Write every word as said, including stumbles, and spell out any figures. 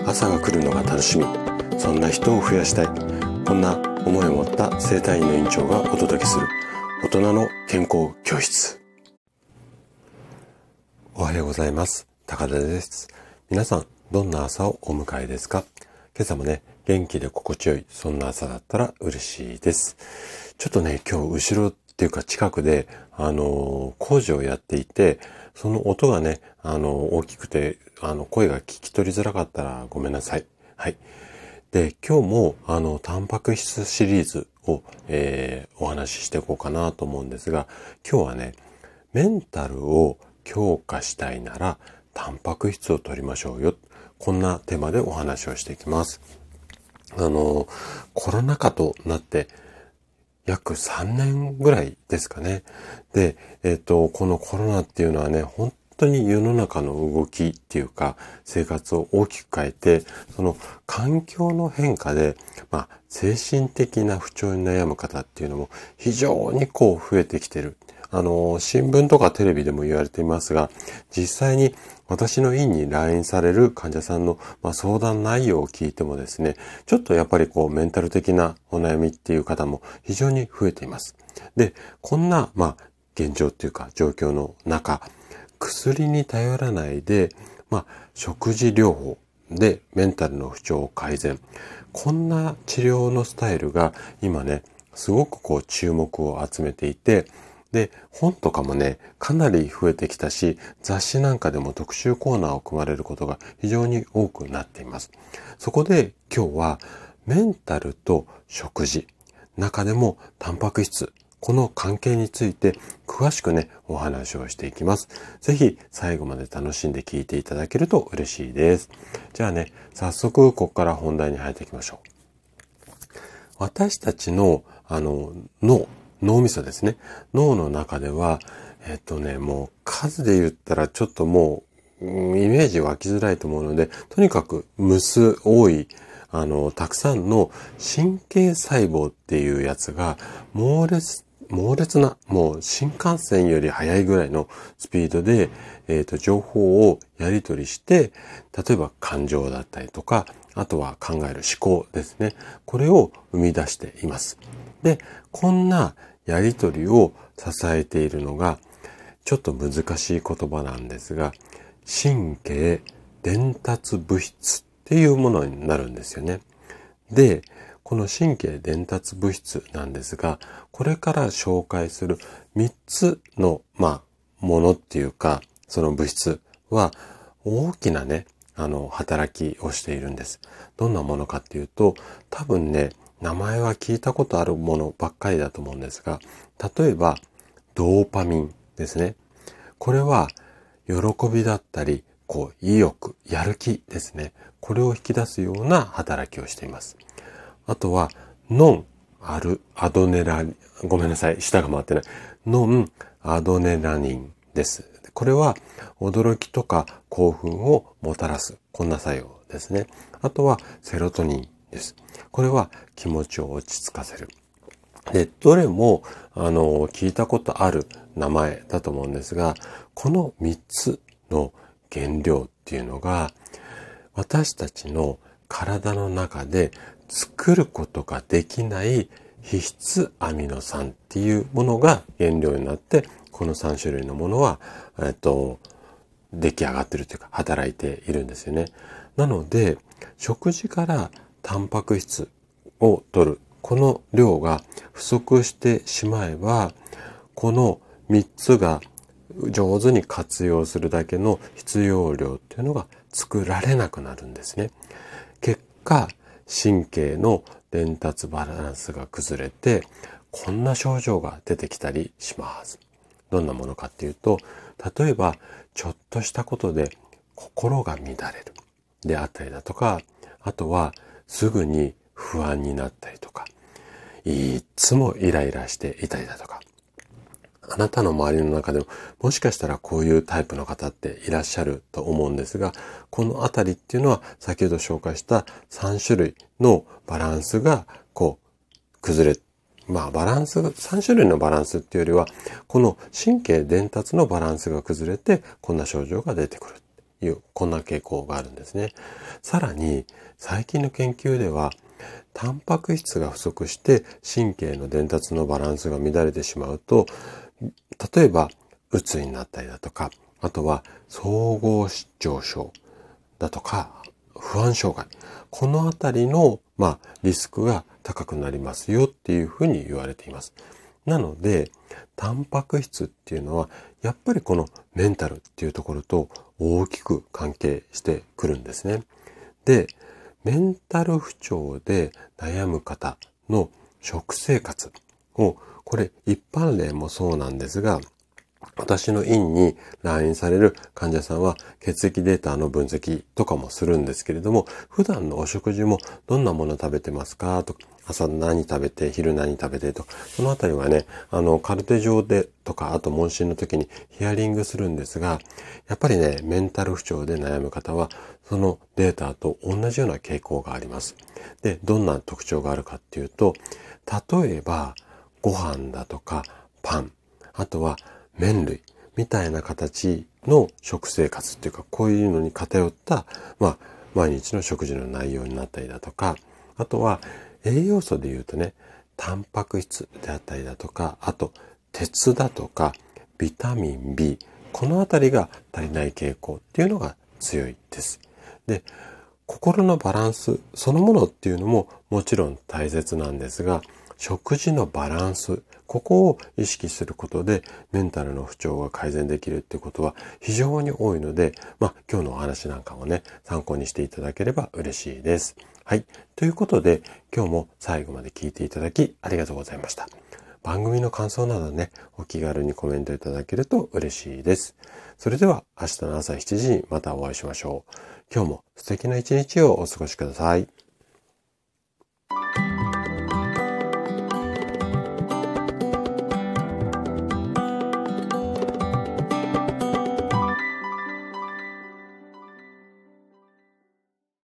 朝が来るのが楽しみ、そんな人を増やしたい、こんな思いを持った整体院の院長がお届けする大人の健康教室。おはようございます。高田です。皆さんどんな朝をお迎えですか？今朝もね、元気で心地よいそんな朝だったら嬉しいです。ちょっとね、今日後ろっていうか近くであの工事をやっていて、その音がねあの大きくてあの声が聞き取りづらかったらごめんなさい。はい。で、今日もあのタンパク質シリーズを、えー、お話ししていこうかなと思うんですが、今日はね、メンタルを強化したいならタンパク質を取りましょうよ。こんなテーマでお話をしていきます。あの、コロナ禍となって約さんねんぐらいですかね。で、えっと、このコロナっていうのはね、本当に世の中の動きっていうか、生活を大きく変えて、その環境の変化で、まあ、精神的な不調に悩む方っていうのも非常にこう増えてきてる。あの、新聞とかテレビでも言われていますが、実際に私の院に来院される患者さんの、まあ、相談内容を聞いてもですね、ちょっとやっぱりこうメンタル的なお悩みっていう方も非常に増えています。で、こんな、まあ、現状っていうか状況の中、薬に頼らないで、まあ、食事療法でメンタルの不調を改善。こんな治療のスタイルが今ね、すごくこう注目を集めていて、で、本とかもね、かなり増えてきたし、雑誌なんかでも特集コーナーを組まれることが非常に多くなっています。そこで今日はメンタルと食事、中でもタンパク質、この関係について詳しくね、お話をしていきます。ぜひ最後まで楽しんで聞いていただけると嬉しいです。じゃあね、早速ここから本題に入っていきましょう。私たちのあの脳、脳みそですね。脳の中では、えっとね、もう数で言ったらちょっともう、うん、イメージ湧きづらいと思うので、とにかく無数多い、あの、たくさんの神経細胞っていうやつが猛烈、猛烈な、もう新幹線より速いぐらいのスピードで、えっと、情報をやり取りして、例えば感情だったりとか、あとは考える思考ですね。これを生み出しています。で、こんなやり取りを支えているのが、ちょっと難しい言葉なんですが、神経伝達物質っていうものになるんですよね。で、この神経伝達物質なんですが、これから紹介するみっつの、まあ、ものっていうか、その物質は大きなね、あの、働きをしているんです。どんなものかっていうと、多分ね、名前は聞いたことあるものばっかりだと思うんですが、例えば、ドーパミンですね。これは、喜びだったり、こう、意欲、やる気ですね。これを引き出すような働きをしています。あとは、ノンアル、アドネラ、ごめんなさい、舌が回ってない。ノンアドネラニンです。これは、驚きとか興奮をもたらす、こんな作用ですね。あとは、セロトニンです。これは気持ちを落ち着かせる。で、どれも、あの、聞いたことある名前だと思うんですが、このみっつの原料っていうのが、私たちの体の中で作ることができない必須アミノ酸っていうものが原料になって、このさん種類のものは、えっと、出来上がっているというか、働いているんですよね。なので、食事からタンパク質を取る。この量が不足してしまえば、このみっつが上手に活用するだけの必要量っていうのが作られなくなるんですね。結果、神経の伝達バランスが崩れて、こんな症状が出てきたりします。どんなものかっていうと、例えば、ちょっとしたことで心が乱れるであったりだとか、あとはすぐに不安になったりとか、いつもイライラしていたりだとか、あなたの周りの中でももしかしたらこういうタイプの方っていらっしゃると思うんですが、このあたりっていうのは先ほど紹介したさん種類のバランスがこう崩れ、まあバランス、さん種類のバランスっていうよりは、この神経伝達のバランスが崩れてこんな症状が出てくる。 いう、こんな傾向があるんですね。さらに、最近の研究では、タンパク質が不足して神経の伝達のバランスが乱れてしまうと、例えば、うつになったりだとか、あとは総合失調症だとか、不安障害。このあたりの、まあ、リスクが高くなりますよっていうふうに言われています。なので、タンパク質っていうのは、やっぱりこのメンタルっていうところと大きく関係してくるんですね。で、メンタル不調で悩む方の食生活を、これ一般例もそうなんですが、私の院に来院される患者さんは血液データの分析とかもするんですけれども、普段のお食事もどんなもの食べてますかとか、朝何食べて、昼何食べてと、そのあたりはね、あの、カルテ上でとか、あと問診の時にヒアリングするんですが、やっぱりね、メンタル不調で悩む方は、そのデータと同じような傾向があります。で、どんな特徴があるかっていうと、例えば、ご飯だとか、パン、あとは、麺類みたいな形の食生活っていうか、こういうのに偏った、まあ、毎日の食事の内容になったりだとか、あとは栄養素で言うとね、タンパク質であったりだとか、あと鉄だとか、ビタミン B、このあたりが足りない傾向っていうのが強いです。で、心のバランスそのものっていうのももちろん大切なんですが、食事のバランス、ここを意識することでメンタルの不調が改善できるっていうことは非常に多いので、まあ今日のお話なんかもね、参考にしていただければ嬉しいです。はい。ということで今日も最後まで聞いていただきありがとうございました。番組の感想などね、お気軽にコメントいただけると嬉しいです。それでは明日の朝しちじにまたお会いしましょう。今日も素敵な一日をお過ごしください。